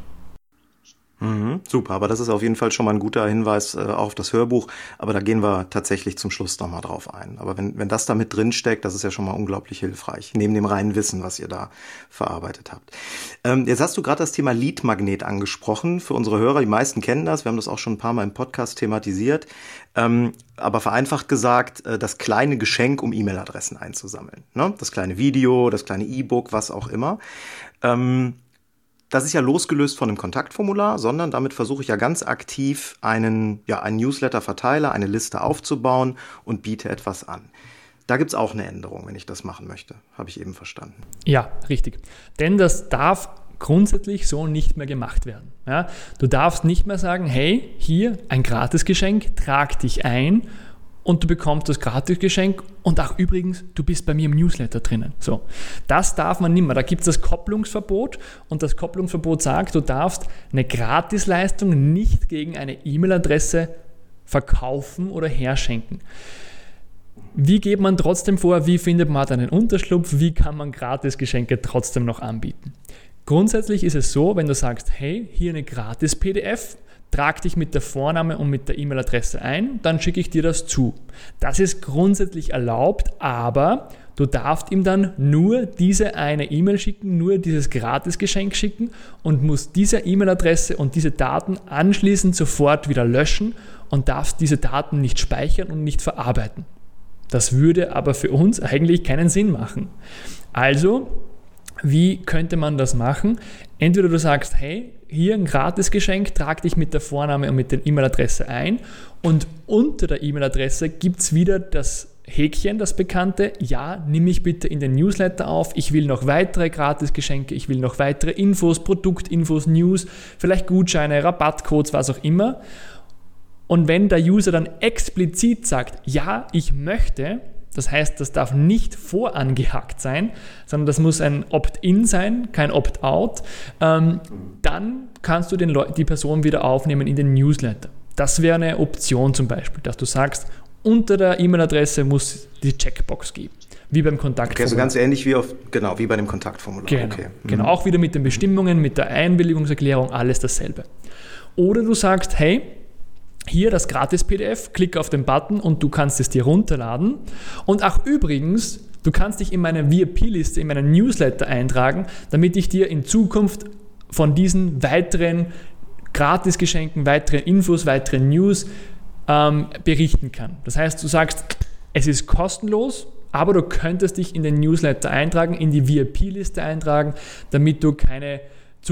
Mhm, super, aber das ist auf jeden Fall schon mal ein guter Hinweis äh, auf das Hörbuch, aber da gehen wir tatsächlich zum Schluss nochmal drauf ein. Aber wenn, wenn das da mit drin steckt, das ist ja schon mal unglaublich hilfreich, neben dem reinen Wissen, was ihr da verarbeitet habt. Ähm, jetzt hast du gerade das Thema Lead-Magnet angesprochen, für unsere Hörer, die meisten kennen das, wir haben das auch schon ein paar Mal im Podcast thematisiert, ähm, aber vereinfacht gesagt, äh, das kleine Geschenk, um E-Mail-Adressen einzusammeln, ne? Das kleine Video, das kleine E-Book, was auch immer. Ähm, Das ist ja losgelöst von einem Kontaktformular, sondern damit versuche ich ja ganz aktiv einen, ja, einen Newsletter-Verteiler, eine Liste aufzubauen und biete etwas an. Da gibt es auch eine Änderung, wenn ich das machen möchte. Habe ich eben verstanden. Ja, richtig. Denn das darf grundsätzlich so nicht mehr gemacht werden. Ja, du darfst nicht mehr sagen, hey, hier ein Gratisgeschenk, trag dich ein und du bekommst das Gratisgeschenk und auch übrigens, du bist bei mir im Newsletter drinnen. So, das darf man nicht mehr. Da gibt es das Kopplungsverbot und das Kopplungsverbot sagt, du darfst eine Gratisleistung nicht gegen eine E-Mail-Adresse verkaufen oder herschenken. Wie geht man trotzdem vor? Wie findet man einen Unterschlupf? Wie kann man Gratisgeschenke trotzdem noch anbieten? Grundsätzlich ist es so, wenn du sagst, hey, hier eine Gratis-P D F, trag dich mit der Vorname und mit der E-Mail-Adresse ein, dann schicke ich dir das zu. Das ist grundsätzlich erlaubt, aber du darfst ihm dann nur diese eine E-Mail schicken, nur dieses Gratisgeschenk schicken und musst diese E-Mail-Adresse und diese Daten anschließend sofort wieder löschen und darfst diese Daten nicht speichern und nicht verarbeiten. Das würde aber für uns eigentlich keinen Sinn machen. Also, wie könnte man das machen? Entweder du sagst, hey, hier ein Gratisgeschenk, trag dich mit der Vorname und mit der E-Mail-Adresse ein und unter der E-Mail-Adresse gibt es wieder das Häkchen, das bekannte, ja, nimm mich bitte in den Newsletter auf, ich will noch weitere Gratisgeschenke, ich will noch weitere Infos, Produktinfos, News, vielleicht Gutscheine, Rabattcodes, was auch immer. Und wenn der User dann explizit sagt, ja, ich möchte, das heißt, das darf nicht vorangehakt sein, sondern das muss ein Opt-in sein, kein Opt-out, ähm, dann kannst du den Leu- die Person wieder aufnehmen in den Newsletter. Das wäre eine Option zum Beispiel, dass du sagst, unter der E-Mail-Adresse muss die Checkbox geben, wie beim Kontaktformular. Okay, also ganz ähnlich wie, auf, genau, wie bei dem Kontaktformular. Genau, okay. genau, auch wieder mit den Bestimmungen, mit der Einwilligungserklärung, alles dasselbe. Oder du sagst, hey, hier das Gratis-P D F, klick auf den Button und du kannst es dir runterladen. Und auch übrigens, du kannst dich in meine V I P-Liste, in meinen Newsletter eintragen, damit ich dir in Zukunft von diesen weiteren Gratisgeschenken, weiteren Infos, weiteren News ähm, berichten kann. Das heißt, du sagst, es ist kostenlos, aber du könntest dich in den Newsletter eintragen, in die V I P-Liste eintragen, damit du keine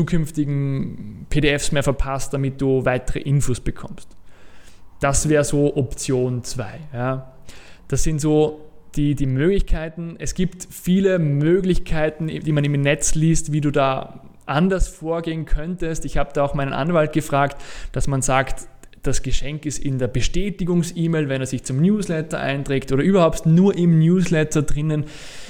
zukünftigen P D Fs mehr verpasst, damit du weitere Infos bekommst. Das wäre so Option zwei. Ja. Das sind so die, die Möglichkeiten. Es gibt viele Möglichkeiten, die man im Netz liest, wie du da anders vorgehen könntest. Ich habe da auch meinen Anwalt gefragt, dass man sagt, das Geschenk ist in der Bestätigungs-E-Mail, wenn er sich zum Newsletter einträgt oder überhaupt nur im Newsletter drinnen.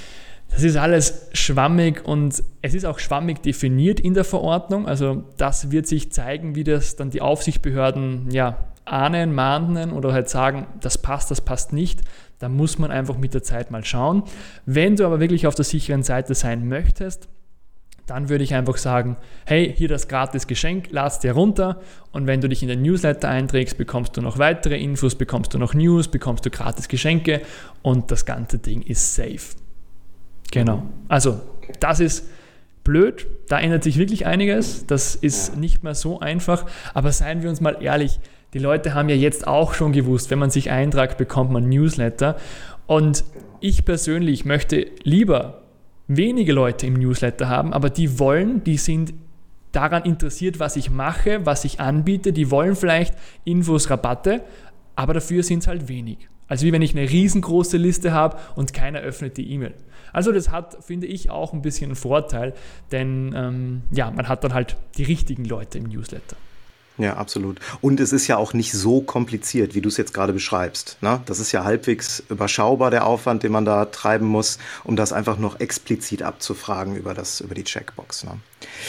Das ist alles schwammig und es ist auch schwammig definiert in der Verordnung. Also das wird sich zeigen, wie das dann die Aufsichtsbehörden ja, ahnen, mahnen oder halt sagen, das passt, das passt nicht. Da muss man einfach mit der Zeit mal schauen. Wenn du aber wirklich auf der sicheren Seite sein möchtest, dann würde ich einfach sagen, hey, hier das gratis Geschenk, lad's dir runter und wenn du dich in den Newsletter einträgst, bekommst du noch weitere Infos, bekommst du noch News, bekommst du gratis Geschenke und das ganze Ding ist safe. Genau. Also, das ist blöd, da ändert sich wirklich einiges, das ist nicht mehr so einfach, aber seien wir uns mal ehrlich, die Leute haben ja jetzt auch schon gewusst, wenn man sich eintragt, bekommt man Newsletter und ich persönlich möchte lieber wenige Leute im Newsletter haben, aber die wollen, die sind daran interessiert, was ich mache, was ich anbiete, die wollen vielleicht Infos, Rabatte, aber dafür sind es halt wenig. Also wie wenn ich eine riesengroße Liste habe und keiner öffnet die E-Mail. Also das hat, finde ich, auch ein bisschen einen Vorteil, denn ähm, ja, man hat dann halt die richtigen Leute im Newsletter. Ja, absolut. Und es ist ja auch nicht so kompliziert, wie du es jetzt gerade beschreibst. Ne? Das ist ja halbwegs überschaubar, der Aufwand, den man da treiben muss, um das einfach noch explizit abzufragen über, das, über die Checkbox. Ne?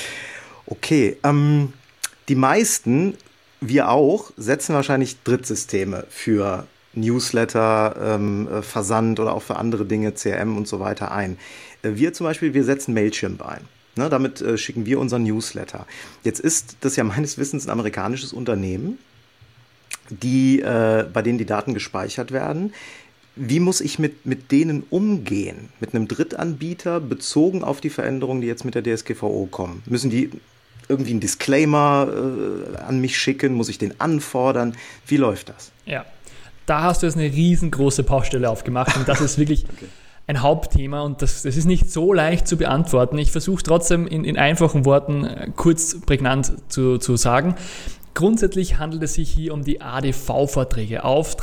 Okay, ähm, die meisten, wir auch, setzen wahrscheinlich Drittsysteme für Newsletter, ähm, Versand oder auch für andere Dinge, C R M und so weiter ein. Wir zum Beispiel, wir setzen Mailchimp ein. Ne, damit äh, schicken wir unseren Newsletter. Jetzt ist das ja meines Wissens ein amerikanisches Unternehmen, die, äh, bei denen die Daten gespeichert werden. Wie muss ich mit, mit denen umgehen? Mit einem Drittanbieter bezogen auf die Veränderungen, die jetzt mit der D S G V O kommen? Müssen die irgendwie einen Disclaimer äh, an mich schicken? Muss ich den anfordern? Wie läuft das? Ja, da hast du jetzt eine riesengroße Baustelle aufgemacht und das ist wirklich... okay. Ein Hauptthema und das, das ist nicht so leicht zu beantworten. Ich versuche trotzdem in, in einfachen Worten kurz prägnant zu, zu sagen. Grundsätzlich handelt es sich hier um die A D V-Verträge,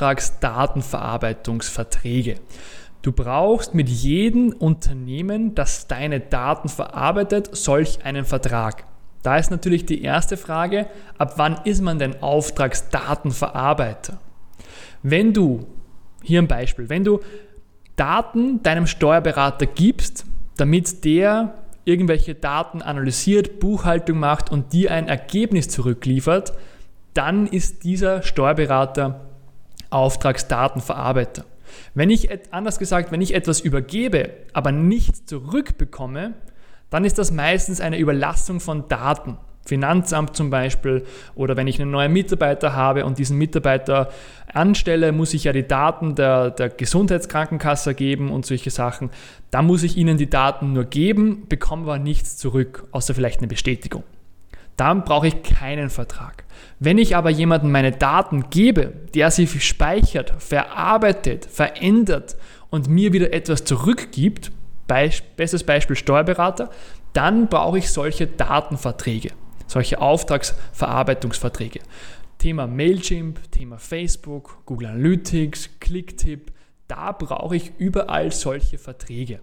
Auftragsdatenverarbeitungsverträge. Du brauchst mit jedem Unternehmen, das deine Daten verarbeitet, solch einen Vertrag. Da ist natürlich die erste Frage, ab wann ist man denn Auftragsdatenverarbeiter? Wenn du, hier ein Beispiel, wenn du Daten deinem Steuerberater gibst, damit der irgendwelche Daten analysiert, Buchhaltung macht und dir ein Ergebnis zurückliefert, dann ist dieser Steuerberater Auftragsdatenverarbeiter. Wenn ich, anders gesagt, wenn ich etwas übergebe, aber nichts zurückbekomme, dann ist das meistens eine Überlassung von Daten. Finanzamt zum Beispiel, oder wenn ich einen neuen Mitarbeiter habe und diesen Mitarbeiter anstelle, muss ich ja die Daten der, der Gesundheitskrankenkasse geben und solche Sachen. Da muss ich ihnen die Daten nur geben, bekomme aber nichts zurück, außer vielleicht eine Bestätigung. Dann brauche ich keinen Vertrag. Wenn ich aber jemandem meine Daten gebe, der sie speichert, verarbeitet, verändert und mir wieder etwas zurückgibt, bestes Beispiel Steuerberater, dann brauche ich solche Datenverträge. Solche Auftragsverarbeitungsverträge. Thema Mailchimp, Thema Facebook, Google Analytics, Clicktip, da brauche ich überall solche Verträge.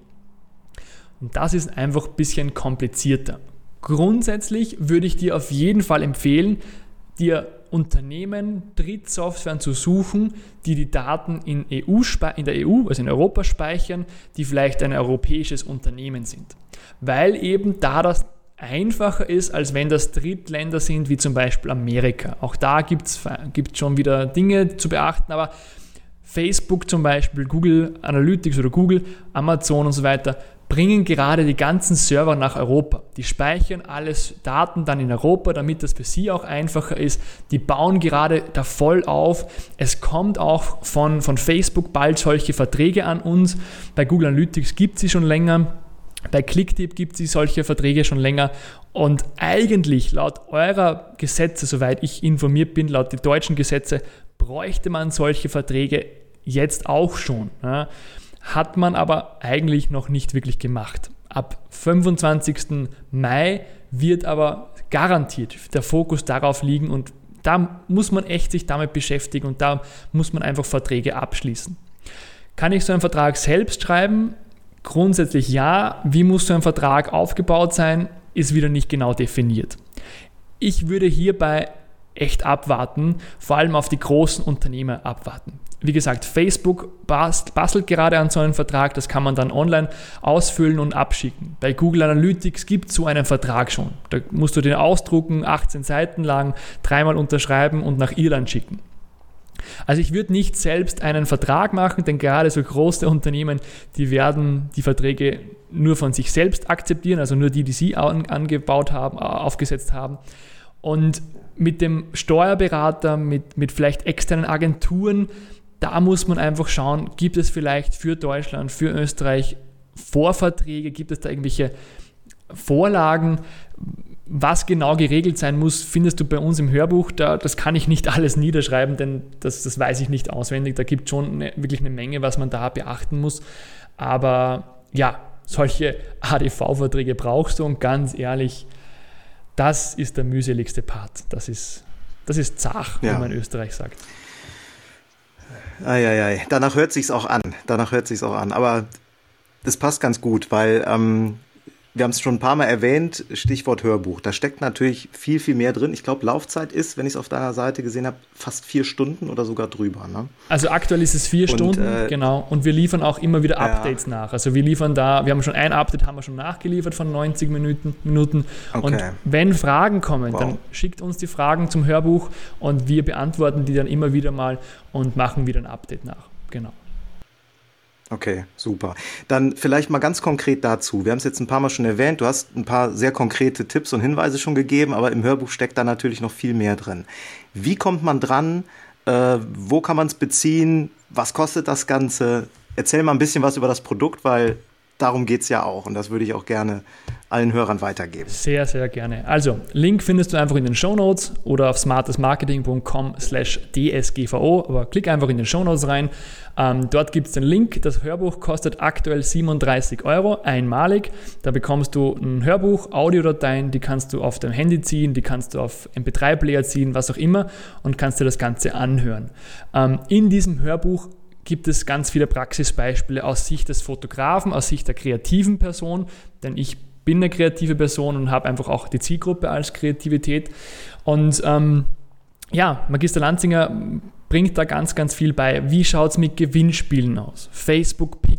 Und das ist einfach ein bisschen komplizierter. Grundsätzlich würde ich dir auf jeden Fall empfehlen, dir Unternehmen, Drittsoftwaren zu suchen, die die Daten in, E U, in der E U, also in Europa speichern, die vielleicht ein europäisches Unternehmen sind. Weil eben da das einfacher ist, als wenn das Drittländer sind, wie zum Beispiel Amerika. Auch da gibt es schon wieder Dinge zu beachten, aber Facebook zum Beispiel, Google Analytics oder Google, Amazon und so weiter, bringen gerade die ganzen Server nach Europa. Die speichern alles Daten dann in Europa, damit das für sie auch einfacher ist. Die bauen gerade da voll auf. Es kommt auch von, von Facebook bald solche Verträge an uns. Bei Google Analytics gibt es sie schon länger. Bei Clicktip gibt es solche Verträge schon länger und eigentlich laut eurer Gesetze, soweit ich informiert bin, laut den deutschen Gesetze, bräuchte man solche Verträge jetzt auch schon. Ja. Hat man aber eigentlich noch nicht wirklich gemacht. Ab fünfundzwanzigsten Mai wird aber garantiert der Fokus darauf liegen und da muss man echt sich damit beschäftigen und da muss man einfach Verträge abschließen. Kann ich so einen Vertrag selbst schreiben? Grundsätzlich ja. Wie muss so ein Vertrag aufgebaut sein, ist wieder nicht genau definiert. Ich würde hierbei echt abwarten, vor allem auf die großen Unternehmen abwarten. Wie gesagt, Facebook bastelt gerade an so einem Vertrag, das kann man dann online ausfüllen und abschicken. Bei Google Analytics gibt es so einen Vertrag schon. Da musst du den ausdrucken, achtzehn Seiten lang, dreimal unterschreiben und nach Irland schicken. Also ich würde nicht selbst einen Vertrag machen, denn gerade so große Unternehmen, die werden die Verträge nur von sich selbst akzeptieren, also nur die, die sie angebaut haben, aufgesetzt haben. Und mit dem Steuerberater, mit, mit vielleicht externen Agenturen, da muss man einfach schauen, gibt es vielleicht für Deutschland, für Österreich Vorverträge, gibt es da irgendwelche Vorlagen, was genau geregelt sein muss, findest du bei uns im Hörbuch. Da, das kann ich nicht alles niederschreiben, denn das, das weiß ich nicht auswendig. Da gibt es schon eine, wirklich eine Menge, was man da beachten muss. Aber ja, solche A D V-Verträge brauchst du und ganz ehrlich, das ist der mühseligste Part. Das ist, das ist zach, ja, wie man in Österreich sagt. Eieiei, danach hört sich's auch an. Danach hört sich's auch an. Aber das passt ganz gut, weil ähm, wir haben es schon ein paar Mal erwähnt, Stichwort Hörbuch. Da steckt natürlich viel, viel mehr drin. Ich glaube, Laufzeit ist, wenn ich es auf deiner Seite gesehen habe, fast vier Stunden oder sogar drüber. Ne? Also aktuell ist es vier und, Stunden, äh, genau. Und wir liefern auch immer wieder Updates ja. nach. Also wir liefern da, wir haben schon ein Update, haben wir schon nachgeliefert von neunzig Minuten. Minuten. Okay. Und wenn Fragen kommen, wow. dann schickt uns die Fragen zum Hörbuch und wir beantworten die dann immer wieder mal und machen wieder ein Update nach. Genau. Okay, super. Dann vielleicht mal ganz konkret dazu. Wir haben es jetzt ein paar Mal schon erwähnt, du hast ein paar sehr konkrete Tipps und Hinweise schon gegeben, aber im Hörbuch steckt da natürlich noch viel mehr drin. Wie kommt man dran? Äh, wo kann man es beziehen? Was kostet das Ganze? Erzähl mal ein bisschen was über das Produkt, weil darum geht es ja auch und das würde ich auch gerne allen Hörern weitergeben. Sehr, sehr gerne. Also, Link findest du einfach in den Shownotes oder auf smartestmarketing punkt com slash D S G V O, aber klick einfach in den Shownotes rein. Ähm, dort gibt es den Link. Das Hörbuch kostet aktuell siebenunddreißig Euro, einmalig. Da bekommst du ein Hörbuch, Audiodateien, die kannst du auf dein Handy ziehen, die kannst du auf M P drei Player ziehen, was auch immer und kannst dir das Ganze anhören. Ähm, in diesem Hörbuch gibt es ganz viele Praxisbeispiele aus Sicht des Fotografen, aus Sicht der kreativen Person, denn ich bin eine kreative Person und habe einfach auch die Zielgruppe als Kreativität. Und ähm, ja, Magister Lanzinger bringt da ganz, ganz viel bei. Wie schaut es mit Gewinnspielen aus? Facebook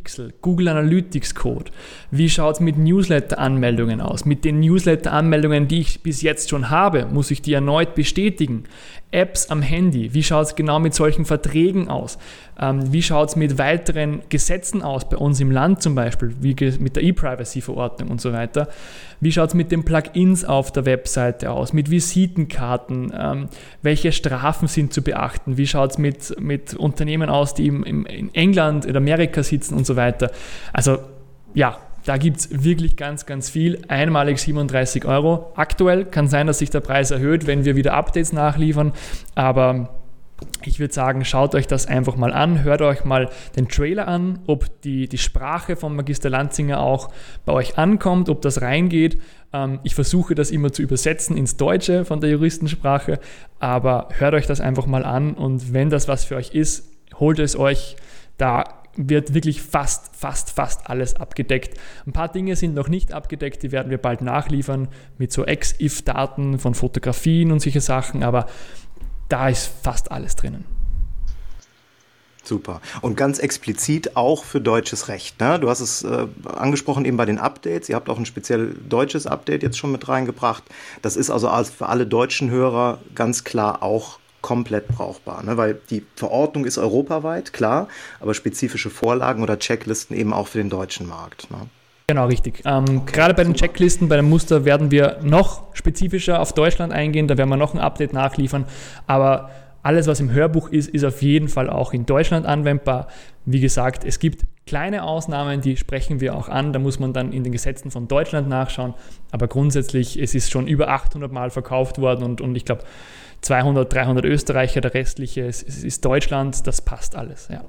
Pixel, Google Analytics Code? Wie schaut es mit Newsletter-Anmeldungen aus? Mit den Newsletter-Anmeldungen, die ich bis jetzt schon habe, muss ich die erneut bestätigen? Apps am Handy, wie schaut es genau mit solchen Verträgen aus? Ähm, wie schaut es mit weiteren Gesetzen aus, bei uns im Land zum Beispiel, wie ge- mit der E-Privacy-Verordnung und so weiter? Wie schaut es mit den Plugins auf der Webseite aus, mit Visitenkarten? Ähm, welche Strafen sind zu beachten? Wie schaut es mit, mit Unternehmen aus, die im, im, in England oder Amerika sitzen und so weiter? Also ja, da gibt es wirklich ganz, ganz viel. Einmalig siebenunddreißig Euro. Aktuell kann sein, dass sich der Preis erhöht, wenn wir wieder Updates nachliefern. Aber ich würde sagen, schaut euch das einfach mal an. Hört euch mal den Trailer an, ob die, die Sprache von Magister Lanzinger auch bei euch ankommt, ob das reingeht. Ähm, ich versuche das immer zu übersetzen ins Deutsche von der Juristensprache. Aber hört euch das einfach mal an. Und wenn das was für euch ist, holt es euch. Da wird wirklich fast, fast, fast alles abgedeckt. Ein paar Dinge sind noch nicht abgedeckt, die werden wir bald nachliefern mit so Ex-If-Daten von Fotografien und solche Sachen, aber da ist fast alles drinnen. Super. Und ganz explizit auch für deutsches Recht, ne? Du hast es äh, angesprochen eben bei den Updates. Ihr habt auch ein speziell deutsches Update jetzt schon mit reingebracht. Das ist also für alle deutschen Hörer ganz klar auch komplett brauchbar, ne? Weil die Verordnung ist europaweit, klar, aber spezifische Vorlagen oder Checklisten eben auch für den deutschen Markt, ne? Genau, richtig. Ähm, okay, gerade bei den super. Checklisten, bei dem Muster werden wir noch spezifischer auf Deutschland eingehen, da werden wir noch ein Update nachliefern, aber alles, was im Hörbuch ist, ist auf jeden Fall auch in Deutschland anwendbar. Wie gesagt, es gibt kleine Ausnahmen, die sprechen wir auch an, da muss man dann in den Gesetzen von Deutschland nachschauen, aber grundsätzlich, es ist schon über achthundert Mal verkauft worden und, und ich glaube, zweihundert, dreihundert Österreicher, der restliche es ist Deutschland, das passt alles, ja.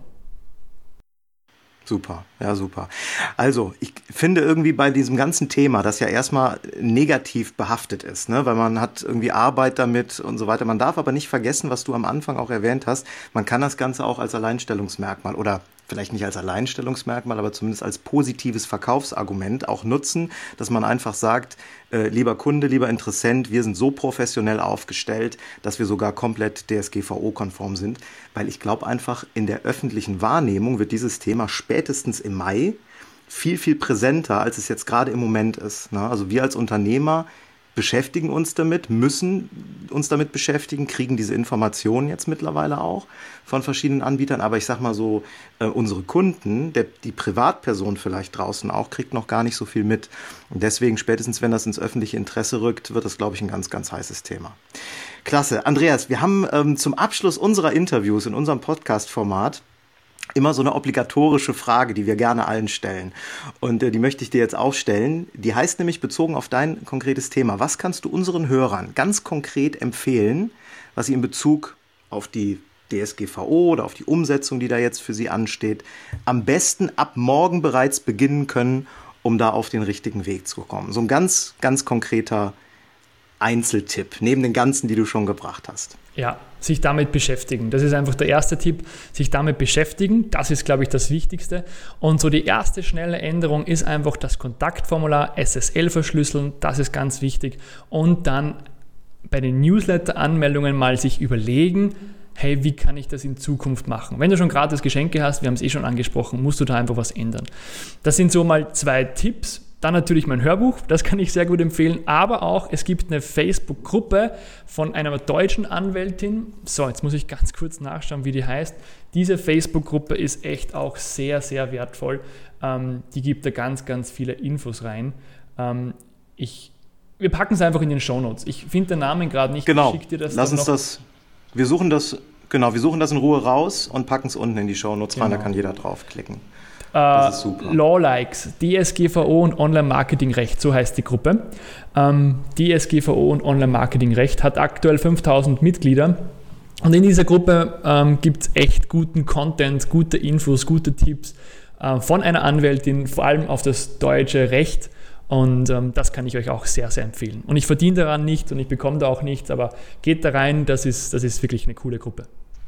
Super, ja super. Also ich finde irgendwie bei diesem ganzen Thema, das ja erstmal negativ behaftet ist, ne, weil man hat irgendwie Arbeit damit und so weiter. Man darf aber nicht vergessen, was du am Anfang auch erwähnt hast, man kann das Ganze auch als Alleinstellungsmerkmal oder vielleicht nicht als Alleinstellungsmerkmal, aber zumindest als positives Verkaufsargument auch nutzen, dass man einfach sagt, äh, lieber Kunde, lieber Interessent, wir sind so professionell aufgestellt, dass wir sogar komplett D S G V O-konform sind, weil ich glaube einfach, in der öffentlichen Wahrnehmung wird dieses Thema spätestens im Mai viel, viel präsenter, als es jetzt gerade im Moment ist, ne? Also wir als Unternehmer beschäftigen uns damit, müssen uns damit beschäftigen, kriegen diese Informationen jetzt mittlerweile auch von verschiedenen Anbietern. Aber ich sag mal so, äh, unsere Kunden, der, die Privatperson vielleicht draußen auch, kriegt noch gar nicht so viel mit. Und deswegen spätestens, wenn das ins öffentliche Interesse rückt, wird das, glaube ich, ein ganz, ganz heißes Thema. Klasse. Andreas, wir haben ähm, zum Abschluss unserer Interviews in unserem Podcast-Format immer so eine obligatorische Frage, die wir gerne allen stellen. Und äh, die möchte ich dir jetzt auch stellen. Die heißt nämlich, bezogen auf dein konkretes Thema, was kannst du unseren Hörern ganz konkret empfehlen, was sie in Bezug auf die D S G V O oder auf die Umsetzung, die da jetzt für sie ansteht, am besten ab morgen bereits beginnen können, um da auf den richtigen Weg zu kommen? So ein ganz, ganz konkreter Einzeltipp, neben den ganzen, die du schon gebracht hast. Ja, sich damit beschäftigen. Das ist einfach der erste Tipp, sich damit beschäftigen. Das ist, glaube ich, das Wichtigste. Und so die erste schnelle Änderung ist einfach das Kontaktformular S S L verschlüsseln. Das ist ganz wichtig. Und dann bei den Newsletter-Anmeldungen mal sich überlegen, hey, wie kann ich das in Zukunft machen? Wenn du schon gratis Geschenke hast, wir haben es eh schon angesprochen, musst du da einfach was ändern. Das sind so mal zwei Tipps. Dann natürlich mein Hörbuch, das kann ich sehr gut empfehlen, aber auch, es gibt eine Facebook-Gruppe von einer deutschen Anwältin. So, jetzt muss ich ganz kurz nachschauen, wie die heißt. Diese Facebook-Gruppe ist echt auch sehr, sehr wertvoll. Ähm, die gibt da ganz, ganz viele Infos rein. Ähm, ich, wir packen es einfach in den Shownotes. Ich finde den Namen gerade nicht. Genau, ich schick dir das lass uns noch. das, wir suchen das, genau, wir suchen das in Ruhe raus und packen es unten in die Shownotes rein, Genau. Da kann jeder draufklicken. Das ist super. Lawlikes, D S G V O und Online-Marketing-Recht, so heißt die Gruppe. Ähm, D S G V O und Online-Marketing-Recht hat aktuell fünftausend Mitglieder. Und in dieser Gruppe ähm, gibt es echt guten Content, gute Infos, gute Tipps äh, von einer Anwältin, vor allem auf das deutsche Recht. Und ähm, das kann ich euch auch sehr, sehr empfehlen. Und ich verdiene daran nicht und ich bekomme da auch nichts, aber geht da rein, das ist, das ist wirklich eine coole Gruppe.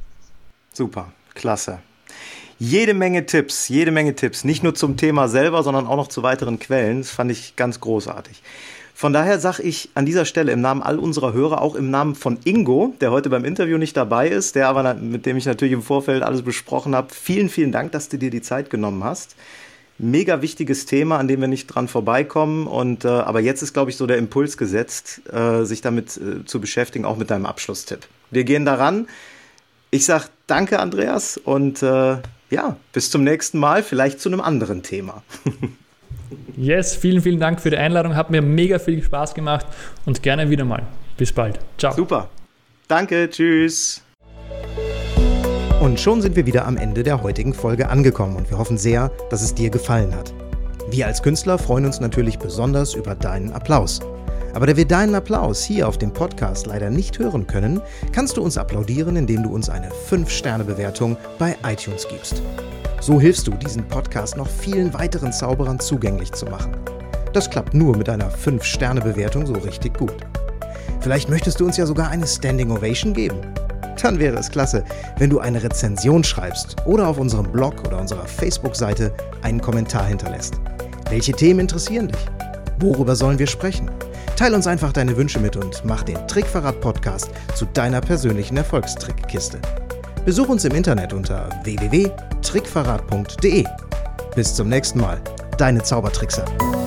Super, klasse. Jede Menge Tipps, jede Menge Tipps, nicht nur zum Thema selber, sondern auch noch zu weiteren Quellen. Das fand ich ganz großartig. Von daher sage ich an dieser Stelle im Namen all unserer Hörer, auch im Namen von Ingo, der heute beim Interview nicht dabei ist, der aber mit dem ich natürlich im Vorfeld alles besprochen habe, vielen, vielen Dank, dass du dir die Zeit genommen hast. Mega wichtiges Thema, an dem wir nicht dran vorbeikommen. Und äh, aber jetzt ist, glaube ich, so der Impuls gesetzt, äh, sich damit äh, zu beschäftigen, auch mit deinem Abschlusstipp. Wir gehen daran. Ich sage danke, Andreas, und äh, ja, bis zum nächsten Mal, vielleicht zu einem anderen Thema. Yes, vielen, vielen Dank für die Einladung. Hat mir mega viel Spaß gemacht und gerne wieder mal. Bis bald. Ciao. Super. Danke, tschüss. Und schon sind wir wieder am Ende der heutigen Folge angekommen und wir hoffen sehr, dass es dir gefallen hat. Wir als Künstler freuen uns natürlich besonders über deinen Applaus. Aber da wir deinen Applaus hier auf dem Podcast leider nicht hören können, kannst du uns applaudieren, indem du uns eine fünf Sterne Bewertung bei iTunes gibst. So hilfst du, diesen Podcast noch vielen weiteren Zauberern zugänglich zu machen. Das klappt nur mit einer fünf Sterne Bewertung so richtig gut. Vielleicht möchtest du uns ja sogar eine Standing Ovation geben. Dann wäre es klasse, wenn du eine Rezension schreibst oder auf unserem Blog oder unserer Facebook-Seite einen Kommentar hinterlässt. Welche Themen interessieren dich? Worüber sollen wir sprechen? Teil uns einfach deine Wünsche mit und mach den Trickverrat-Podcast zu deiner persönlichen Erfolgstrickkiste. Besuch uns im Internet unter w w w punkt trickverrat punkt d e. Bis zum nächsten Mal, deine Zaubertrickser.